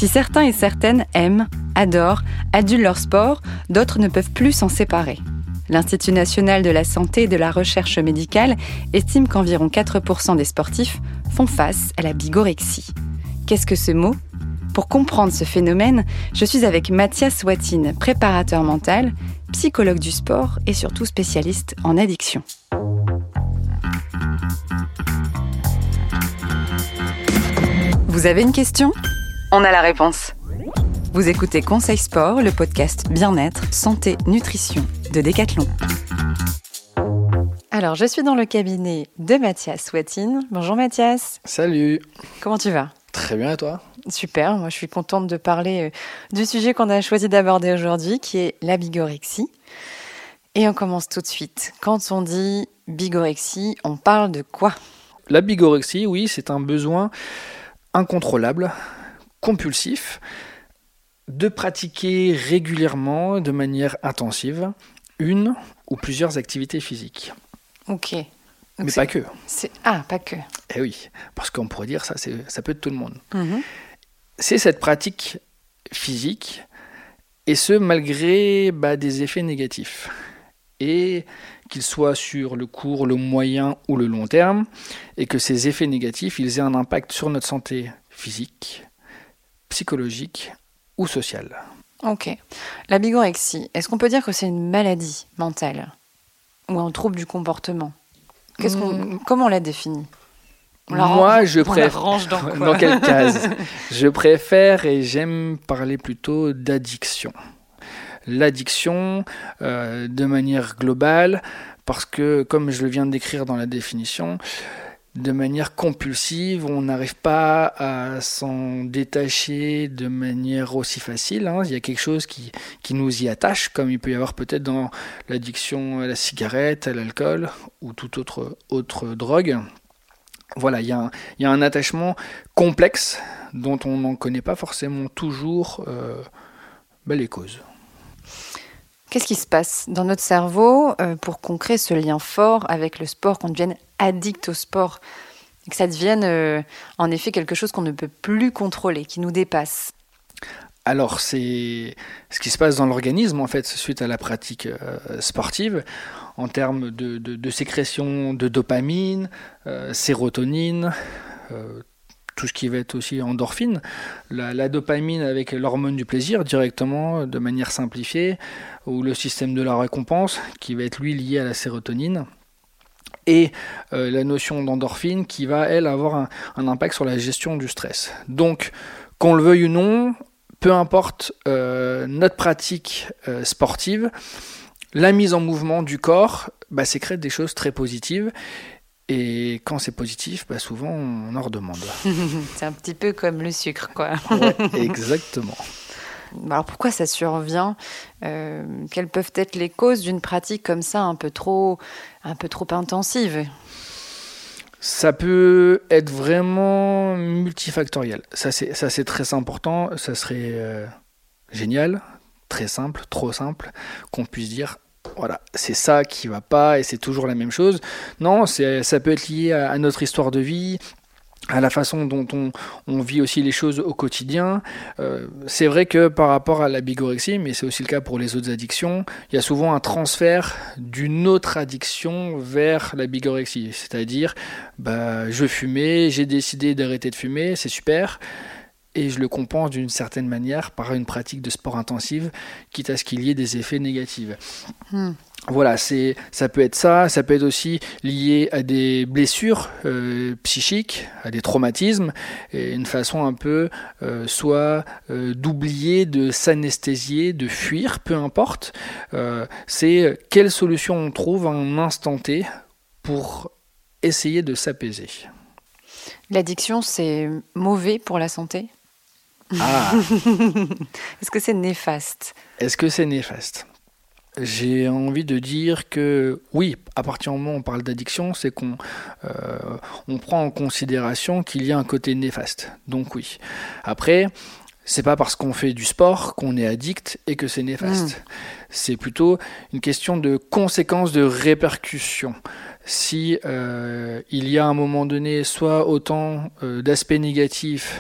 Si certains et certaines aiment, adorent, adulent leur sport, d'autres ne peuvent plus s'en séparer. L'Institut national de la santé et de la recherche médicale estime qu'environ 4% des sportifs font face à la bigorexie. Qu'est-ce que ce mot ? Pour comprendre ce phénomène, je suis avec Mathias Watine, préparateur mental, psychologue du sport et surtout spécialiste en addiction. Vous avez une question ? On a la réponse. Vous écoutez Conseil Sport, le podcast bien-être, santé, nutrition de Decathlon. Alors, je suis dans le cabinet de Mathias Watine. Bonjour Mathias. Salut. Comment tu vas ? Très bien, et toi ? Super, moi je suis contente de parler du sujet qu'on a choisi d'aborder aujourd'hui, qui est la bigorexie. Et on commence tout de suite. Quand on dit bigorexie, on parle de quoi ? La bigorexie, oui, c'est un besoin incontrôlable, compulsif, de pratiquer régulièrement, de manière intensive, une ou plusieurs activités physiques. Ok. Donc Mais pas que. Pas que. Eh oui, parce qu'on pourrait dire ça peut être tout le monde. Mm-hmm. C'est cette pratique physique, et ce malgré des effets négatifs. Et qu'ils soient sur le court, le moyen ou le long terme, et que ces effets négatifs, ils aient un impact sur notre santé physique, psychologique ou sociale. Ok. La bigorexie, est-ce qu'on peut dire que c'est une maladie mentale ou un trouble du comportement ? Comment on la définit ? Je préfère. Range dans quoi ? Dans quelle case ? Je préfère et j'aime parler plutôt d'addiction. L'addiction, de manière globale, parce que, comme je le viens de décrire dans la définition, de manière compulsive, on n'arrive pas à s'en détacher de manière aussi facile. Il y a quelque chose qui nous y attache, comme il peut y avoir peut-être dans l'addiction à la cigarette, à l'alcool ou toute autre drogue. Voilà, il y a un attachement complexe dont on n'en connaît pas forcément toujours les causes. Qu'est-ce qui se passe dans notre cerveau pour qu'on crée ce lien fort avec le sport, qu'on devienne addict au sport, et que ça devienne en effet quelque chose qu'on ne peut plus contrôler, qui nous dépasse ? Alors, c'est ce qui se passe dans l'organisme, en fait, suite à la pratique sportive, en termes de sécrétion de dopamine, sérotonine, tout ce qui va être aussi endorphine, la dopamine avec l'hormone du plaisir directement, de manière simplifiée, ou le système de la récompense qui va être lui lié à la sérotonine, et la notion d'endorphine qui va elle avoir un impact sur la gestion du stress. Donc qu'on le veuille ou non, peu importe notre pratique sportive, la mise en mouvement du corps sécrète des choses très positives. Et quand c'est positif, souvent on en redemande. C'est un petit peu comme le sucre, quoi. Ouais, exactement. Alors pourquoi ça survient ? Quelles peuvent être les causes d'une pratique comme ça, un peu trop intensive ? Ça peut être vraiment multifactoriel. Ça c'est très important. Ça serait génial, très simple, trop simple, qu'on puisse dire voilà, c'est ça qui va pas et c'est toujours la même chose. Non, ça peut être lié à notre histoire de vie, à la façon dont on vit aussi les choses au quotidien. C'est vrai que par rapport à la bigorexie, mais c'est aussi le cas pour les autres addictions, il y a souvent un transfert d'une autre addiction vers la bigorexie. C'est-à-dire, je fumais, j'ai décidé d'arrêter de fumer, c'est super, et je le compense d'une certaine manière par une pratique de sport intensive, quitte à ce qu'il y ait des effets négatifs. Voilà, ça peut être ça, ça peut être aussi lié à des blessures psychiques, à des traumatismes, et une façon un peu soit d'oublier, de s'anesthésier, de fuir, peu importe. C'est quelle solution on trouve à un instant T pour essayer de s'apaiser. L'addiction, c'est mauvais pour la santé ? Ah. Est-ce que c'est néfaste ? Est-ce que c'est néfaste ? J'ai envie de dire que oui, à partir du moment où on parle d'addiction, c'est qu'on prend en considération qu'il y a un côté néfaste. Donc oui. Après, c'est pas parce qu'on fait du sport qu'on est addict et que c'est néfaste. C'est plutôt une question de conséquences, de répercussions. Si il y a à un moment donné soit autant d'aspects négatifs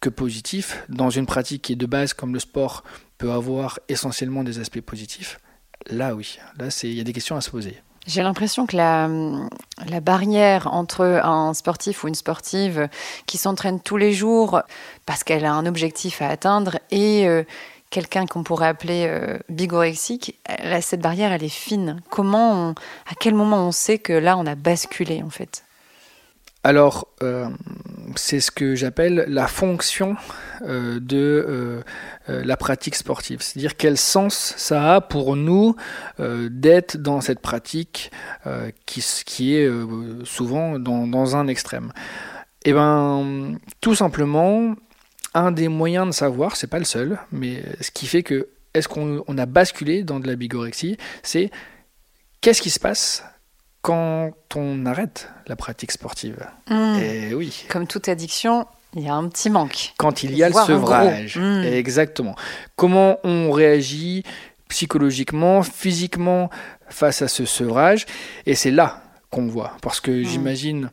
que positifs, dans une pratique qui est de base comme le sport peut avoir essentiellement des aspects positifs, là oui, là il y a des questions à se poser. J'ai l'impression que la barrière entre un sportif ou une sportive qui s'entraîne tous les jours parce qu'elle a un objectif à atteindre et quelqu'un qu'on pourrait appeler bigorexique, cette barrière, elle est fine. À quel moment on sait que là, on a basculé, en fait ? Alors, c'est ce que j'appelle la fonction de la pratique sportive. C'est-à-dire quel sens ça a pour nous d'être dans cette pratique qui est souvent dans un extrême. Eh bien, tout simplement, un des moyens de savoir, c'est pas le seul, mais ce qui fait que est-ce qu'on a basculé dans de la bigorexie, c'est qu'est-ce qui se passe quand on arrête la pratique sportive. Et oui. Comme toute addiction, il y a un petit manque. Quand il y a le sevrage. Exactement. Comment on réagit psychologiquement, physiquement face à ce sevrage. Et c'est là qu'on voit. Parce que j'imagine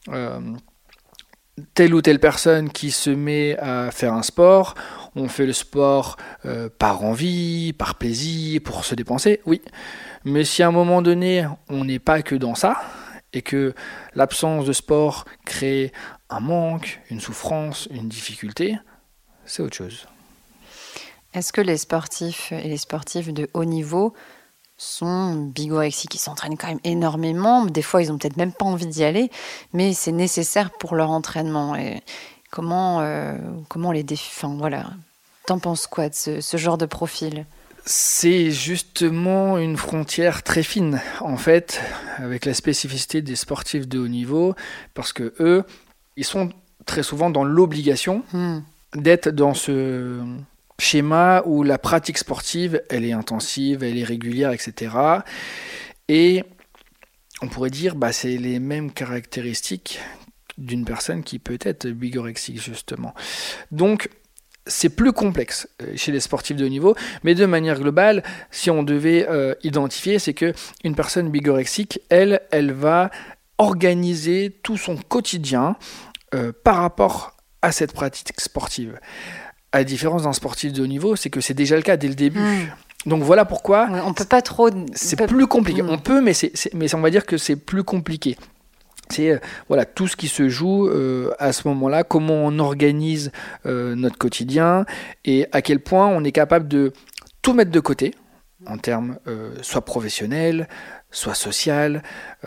telle ou telle personne qui se met à faire un sport, on fait le sport par envie, par plaisir, pour se dépenser, oui. Mais si à un moment donné, on n'est pas que dans ça, et que l'absence de sport crée un manque, une souffrance, une difficulté, c'est autre chose. Est-ce que les sportifs et les sportives de haut niveau sont bigorexiques, qui s'entraînent quand même énormément, des fois ils n'ont peut-être même pas envie d'y aller, mais c'est nécessaire pour leur entraînement. Et comment on les défie, enfin, voilà. T'en penses quoi de ce genre de profil ? C'est justement une frontière très fine, en fait, avec la spécificité des sportifs de haut niveau, parce que eux, ils sont très souvent dans l'obligation d'être dans ce schéma où la pratique sportive, elle est intensive, elle est régulière, etc. Et on pourrait dire, c'est les mêmes caractéristiques d'une personne qui peut être bigorexique, justement. Donc, c'est plus complexe chez les sportifs de haut niveau, mais de manière globale, si on devait identifier, c'est qu'une personne bigorexique, elle va organiser tout son quotidien par rapport à cette pratique sportive. À la différence d'un sportif de haut niveau, c'est que c'est déjà le cas dès le début. Donc voilà pourquoi on peut pas trop. C'est plus compliqué. On peut, mais on va dire que c'est plus compliqué. C'est tout ce qui se joue à ce moment-là, comment on organise notre quotidien et à quel point on est capable de tout mettre de côté en termes soit professionnels, soit social,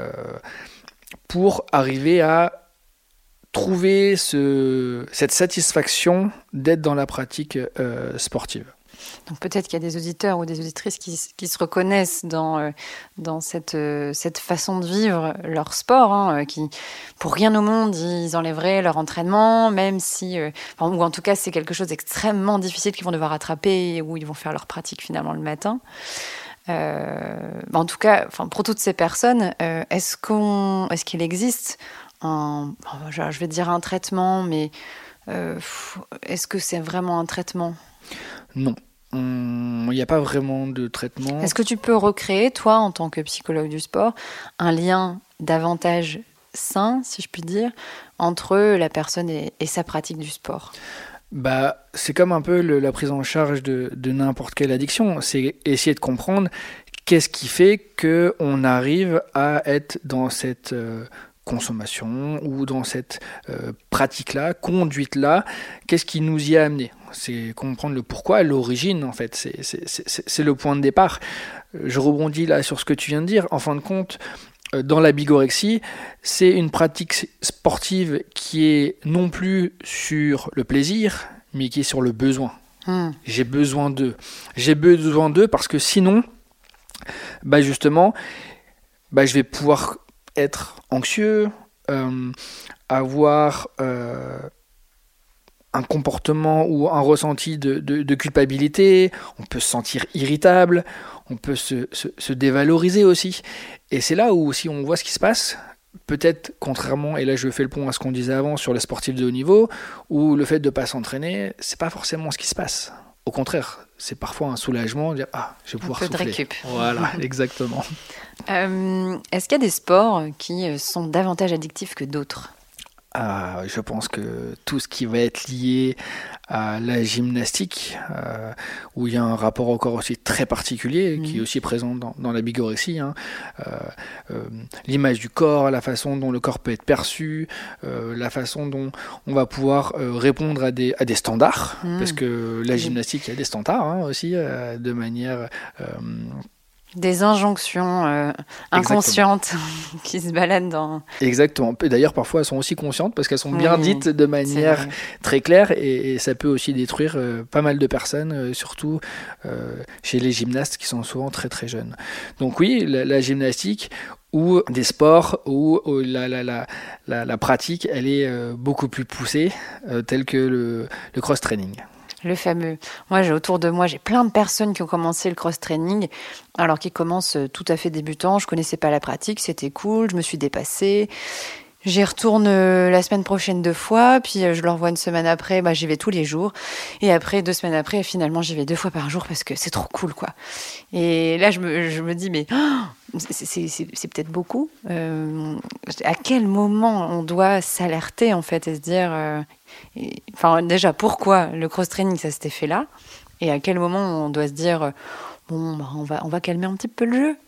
pour arriver à trouver cette satisfaction d'être dans la pratique sportive. Donc peut-être qu'il y a des auditeurs ou des auditrices qui se reconnaissent dans cette façon de vivre leur sport, qui, pour rien au monde, ils enlèveraient leur entraînement, même si, ou en tout cas, c'est quelque chose d'extrêmement difficile qu'ils vont devoir rattraper, où ils vont faire leur pratique finalement le matin. En tout cas, pour toutes ces personnes, est-ce qu'il existe je vais dire un traitement, mais est-ce que c'est vraiment un traitement ? Non. Il n'y a pas vraiment de traitement. Est-ce que tu peux recréer, toi, en tant que psychologue du sport, un lien davantage sain, si je puis dire, entre la personne et sa pratique du sport ? C'est comme un peu la prise en charge de n'importe quelle addiction. C'est essayer de comprendre qu'est-ce qui fait qu'on arrive à être dans cette consommation ou dans cette pratique-là, conduite-là. Qu'est-ce qui nous y a amené ? C'est comprendre le pourquoi, l'origine en fait, c'est le point de départ. Je rebondis là sur ce que tu viens de dire. En fin de compte, dans la bigorexie, c'est une pratique sportive qui est non plus sur le plaisir, mais qui est sur le besoin. J'ai besoin d'eux. J'ai besoin d'eux parce que sinon, justement, je vais pouvoir être anxieux, avoir un comportement ou un ressenti de culpabilité, on peut se sentir irritable, on peut se dévaloriser aussi. Et c'est là où, si on voit ce qui se passe, peut-être contrairement, et là je fais le pont à ce qu'on disait avant sur les sportifs de haut niveau, où le fait de ne pas s'entraîner, c'est pas forcément ce qui se passe. Au contraire, c'est parfois un soulagement de dire « je vais pouvoir souffler ». Un peu de récup. Voilà, exactement. Est-ce qu'il y a des sports qui sont davantage addictifs que d'autres ? Je pense que tout ce qui va être lié à la gymnastique, où il y a un rapport au corps aussi très particulier, qui est aussi présent dans la bigorexie, l'image du corps, la façon dont le corps peut être perçu, la façon dont on va pouvoir répondre à des standards, parce que la gymnastique, il y a des standards aussi, de manière... Des injonctions inconscientes qui se baladent dans... Exactement. D'ailleurs, parfois, elles sont aussi conscientes parce qu'elles sont bien dites de manière très claire et ça peut aussi détruire pas mal de personnes, surtout chez les gymnastes qui sont souvent très très jeunes. Donc oui, la gymnastique ou des sports où la pratique, elle est beaucoup plus poussée, telle que le cross-training. Le fameux. Moi, autour de moi, j'ai plein de personnes qui ont commencé le cross-training, alors qu'ils commencent tout à fait débutants. Je connaissais pas la pratique, c'était cool, je me suis dépassée. J'y retourne la semaine prochaine 2 fois, puis je le revois une semaine après, j'y vais tous les jours. Et après, 2 semaines après, finalement, j'y vais 2 fois par jour parce que c'est trop cool, quoi. Et là, je me dis, mais c'est peut-être beaucoup. À quel moment on doit s'alerter, en fait, et se dire... déjà, pourquoi le cross-training, ça s'était fait là? Et à quel moment on doit se dire, on va calmer un petit peu le jeu?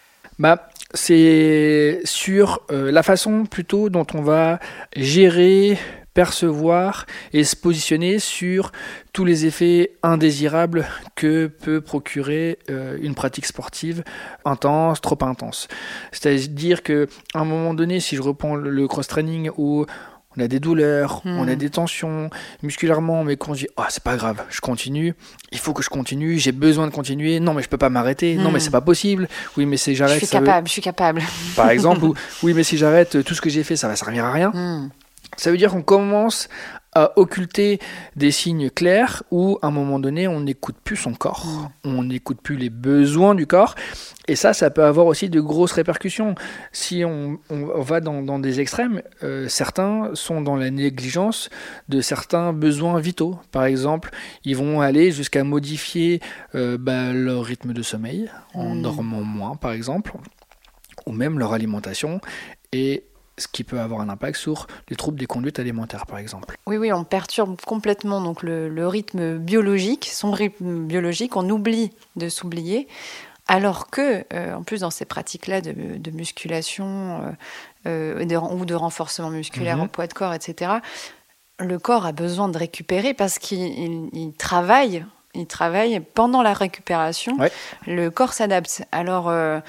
C'est sur la façon plutôt dont on va gérer, percevoir et se positionner sur tous les effets indésirables que peut procurer une pratique sportive intense, trop intense. C'est-à-dire qu'à un moment donné, si je reprends le cross-training où on a des douleurs, on a des tensions musculairement, mais qu'on se dit c'est pas grave, je continue, il faut que je continue, j'ai besoin de continuer, non mais je peux pas m'arrêter, non mais c'est pas possible, oui mais si j'arrête... Je suis capable. Par exemple, oui mais si j'arrête, tout ce que j'ai fait, ça va servir à rien. Ça veut dire qu'on commence à occulter des signes clairs où, à un moment donné, on n'écoute plus son corps, on n'écoute plus les besoins du corps, et ça peut avoir aussi de grosses répercussions. Si on va dans des extrêmes, certains sont dans la négligence de certains besoins vitaux. Par exemple, ils vont aller jusqu'à modifier leur rythme de sommeil, en dormant moins, par exemple, ou même leur alimentation, et ce qui peut avoir un impact sur les troubles des conduites alimentaires, par exemple. Oui, on perturbe complètement donc le rythme biologique, son rythme biologique, on oublie de s'oublier, alors que, en plus, dans ces pratiques-là de musculation ou de renforcement musculaire au poids de corps, etc., le corps a besoin de récupérer parce qu'il travaille. Il travaille pendant la récupération, le corps s'adapte. Alors,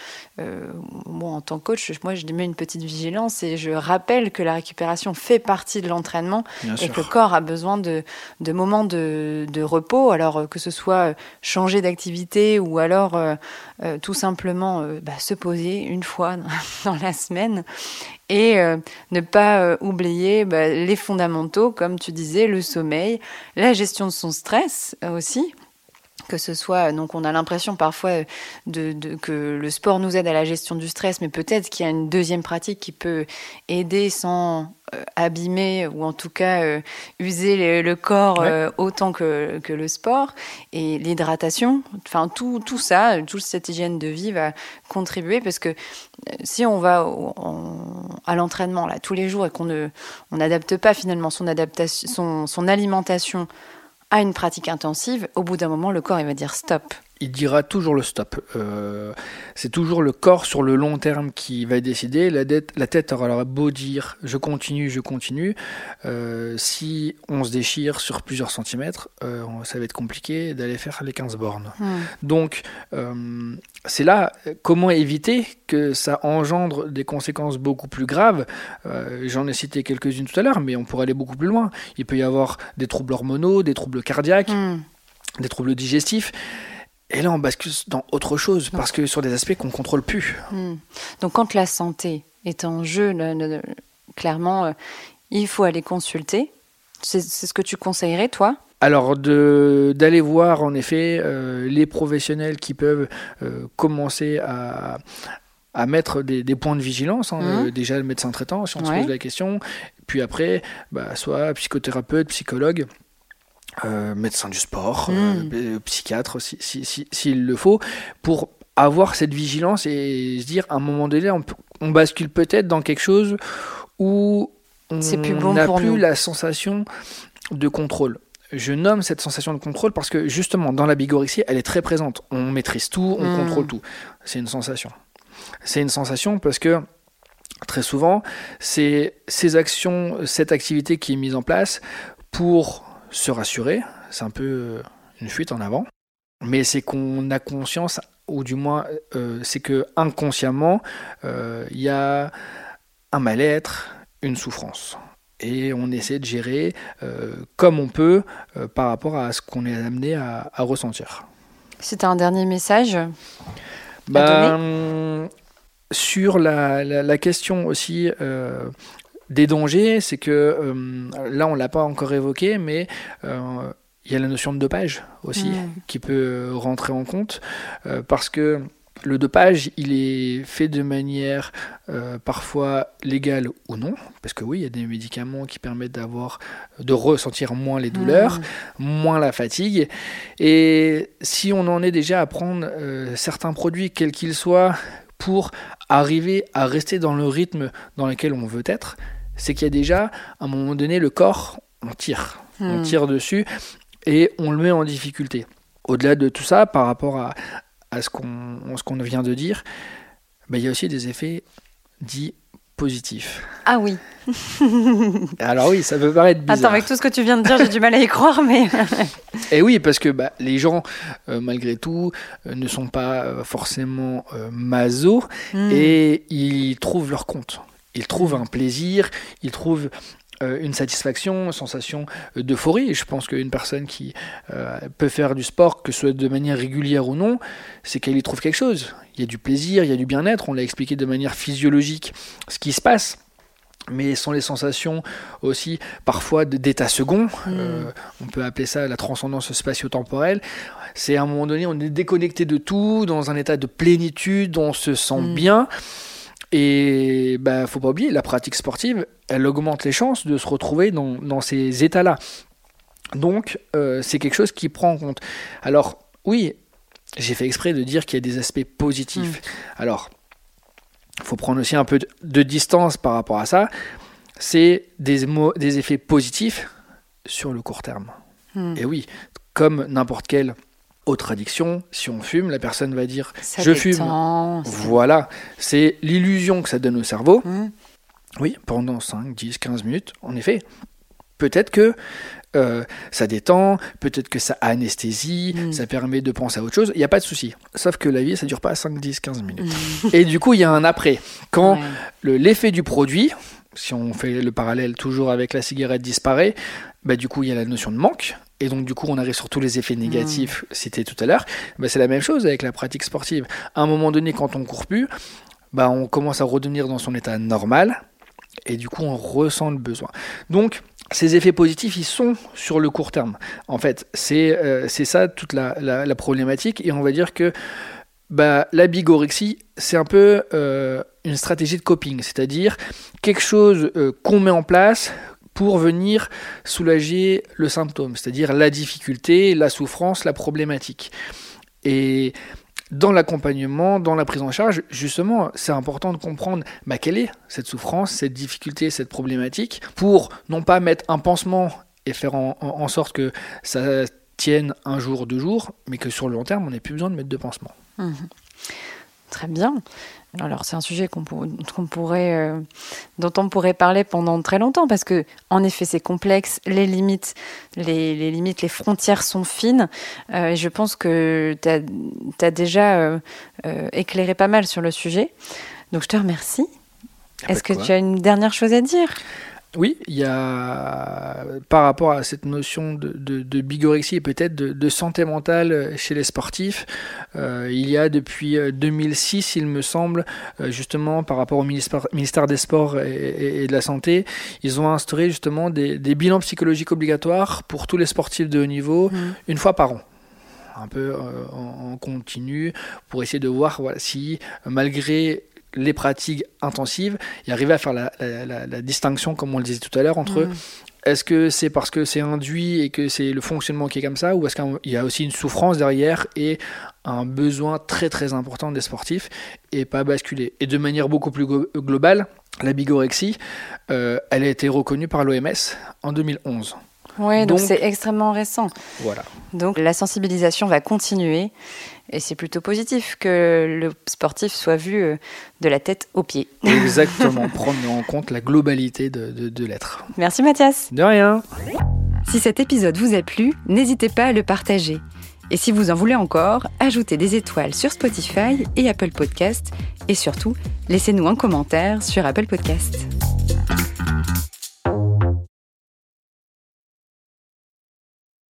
en tant que coach, moi, je mets une petite vigilance et je rappelle que la récupération fait partie de l'entraînement et que le corps a besoin de moments de repos, alors que ce soit changer d'activité ou alors tout simplement se poser une fois dans la semaine. Et ne pas oublier les fondamentaux, comme tu disais, le sommeil, la gestion de son stress aussi, que ce soit, donc on a l'impression parfois que le sport nous aide à la gestion du stress, mais peut-être qu'il y a une deuxième pratique qui peut aider sans abîmer ou en tout cas user le corps autant que le sport, et l'hydratation, enfin tout ça, toute cette hygiène de vie va contribuer, parce que si on va à l'entraînement là tous les jours et qu'on n'adapte pas finalement son alimentation à une pratique intensive, au bout d'un moment, le corps il va dire stop. Il dira toujours le stop. C'est toujours le corps sur le long terme qui va décider. La tête aura beau dire je continue. Si on se déchire sur plusieurs centimètres, ça va être compliqué d'aller faire les 15 bornes. Donc, c'est là comment éviter que ça engendre des conséquences beaucoup plus graves. J'en ai cité quelques-unes tout à l'heure, mais on pourrait aller beaucoup plus loin. Il peut y avoir des troubles hormonaux, des troubles cardiaques, des troubles digestifs. Et là, on bascule dans autre chose, parce que sur des aspects qu'on ne contrôle plus. Donc, quand la santé est en jeu, clairement, il faut aller consulter. C'est ce que tu conseillerais, toi ? Alors, d'aller voir, en effet, les professionnels qui peuvent commencer à mettre des points de vigilance. Déjà, le médecin traitant, si on se pose la question. Puis après, soit psychothérapeute, psychologue, médecin du sport, psychiatre s'il le faut, pour avoir cette vigilance et se dire à un moment donné on bascule peut-être dans quelque chose où C'est plus bon n'a pour plus nous. la sensation de contrôle. Je nomme cette sensation de contrôle parce que justement, dans la bigorexie, elle est très présente. On maîtrise tout, on contrôle tout. C'est une sensation. C'est une sensation parce que très souvent, c'est ces actions, cette activité qui est mise en place pour se rassurer. C'est un peu une fuite en avant. Mais c'est qu'on a conscience, ou du moins, c'est que inconsciemment, il y a un mal-être, une souffrance. Et on essaie de gérer comme on peut par rapport à ce qu'on est amené à ressentir. C'est un dernier message à donner ? Sur la question aussi des dangers, c'est que là on ne l'a pas encore évoqué, mais il y a la notion de dopage aussi qui peut rentrer en compte parce que le dopage, il est fait de manière parfois légale ou non, parce que oui, il y a des médicaments qui permettent de ressentir moins les douleurs, moins la fatigue. Et si on en est déjà à prendre certains produits, quels qu'ils soient, pour arriver à rester dans le rythme dans lequel on veut être, c'est qu'il y a déjà, à un moment donné, le corps, on tire dessus et on le met en difficulté. Au-delà de tout ça, par rapport à ce qu'on vient de dire, il y a aussi des effets dits positifs. Ah oui. Alors oui, ça peut paraître bizarre. Attends, avec tout ce que tu viens de dire, j'ai du mal à y croire, mais... Et oui, parce que les gens, malgré tout, ne sont pas forcément maso et ils trouvent leur compte. Ils trouvent un plaisir, ils trouvent une satisfaction, une sensation d'euphorie. Je pense qu'une personne qui peut faire du sport, que ce soit de manière régulière ou non, c'est qu'elle y trouve quelque chose. Il y a du plaisir, il y a du bien-être. On l'a expliqué de manière physiologique ce qui se passe. Mais ce sont les sensations aussi parfois d'état second. On peut appeler ça la transcendance spatio-temporelle. C'est à un moment donné, on est déconnecté de tout, dans un état de plénitude, on se sent bien. Et faut pas oublier, la pratique sportive, elle augmente les chances de se retrouver dans ces états-là. Donc, c'est quelque chose qui prend en compte. Alors, oui, j'ai fait exprès de dire qu'il y a des aspects positifs. Alors, il faut prendre aussi un peu de distance par rapport à ça. C'est des effets positifs sur le court terme. Et oui, comme n'importe quelle autre addiction, si on fume, la personne va dire « je fume ». Voilà, c'est l'illusion que ça donne au cerveau. Oui, pendant 5, 10, 15 minutes, en effet. Peut-être que ça détend, peut-être que ça anesthésie, ça permet de penser à autre chose, il n'y a pas de souci. Sauf que la vie, ça ne dure pas 5, 10, 15 minutes. Et du coup, il y a un après. Quand l'effet du produit, si on fait le parallèle toujours avec la cigarette, disparaît, du coup, il y a la notion de manque. Et donc, du coup, on arrive sur tous les effets négatifs cités tout à l'heure. C'est la même chose avec la pratique sportive. À un moment donné, quand on ne court plus, on commence à redevenir dans son état normal. Et du coup, on ressent le besoin. Donc, ces effets positifs, ils sont sur le court terme. En fait, c'est ça toute la problématique. Et on va dire que la bigorexie, c'est un peu une stratégie de coping. C'est-à-dire quelque chose qu'on met en place pour venir soulager le symptôme, c'est-à-dire la difficulté, la souffrance, la problématique. Et dans l'accompagnement, dans la prise en charge, justement, c'est important de comprendre quelle est cette souffrance, cette difficulté, cette problématique, pour non pas mettre un pansement et faire en sorte que ça tienne un jour, 2 jours, mais que sur le long terme, on n'ait plus besoin de mettre de pansement. Très bien. Alors c'est un sujet dont on pourrait parler pendant très longtemps parce que en effet c'est complexe, les limites, les frontières sont fines. Je pense que tu as déjà éclairé pas mal sur le sujet. Donc je te remercie. Est-ce que tu as une dernière chose à dire ? Oui, il y a, par rapport à cette notion de bigorexie et peut-être de santé mentale chez les sportifs, il y a depuis 2006, il me semble, justement par rapport au ministère des Sports et de la Santé, ils ont instauré justement des bilans psychologiques obligatoires pour tous les sportifs de haut niveau, une fois par an. Un peu en continu, pour essayer de voir si, malgré les pratiques intensives et arriver à faire la distinction, comme on le disait tout à l'heure, entre Est-ce que c'est parce que c'est induit et que c'est le fonctionnement qui est comme ça, ou est-ce qu'il y a aussi une souffrance derrière et un besoin très très important des sportifs et pas basculer. Et de manière beaucoup plus globale, la bigorexie, elle a été reconnue par l'OMS en 2011. Oui, donc c'est extrêmement récent. Voilà. Donc la sensibilisation va continuer et c'est plutôt positif que le sportif soit vu de la tête aux pieds. Exactement, prendre en compte la globalité de l'être. Merci Mathias. De rien. Si cet épisode vous a plu, n'hésitez pas à le partager. Et si vous en voulez encore, ajoutez des étoiles sur Spotify et Apple Podcast. Et surtout, laissez-nous un commentaire sur Apple Podcast.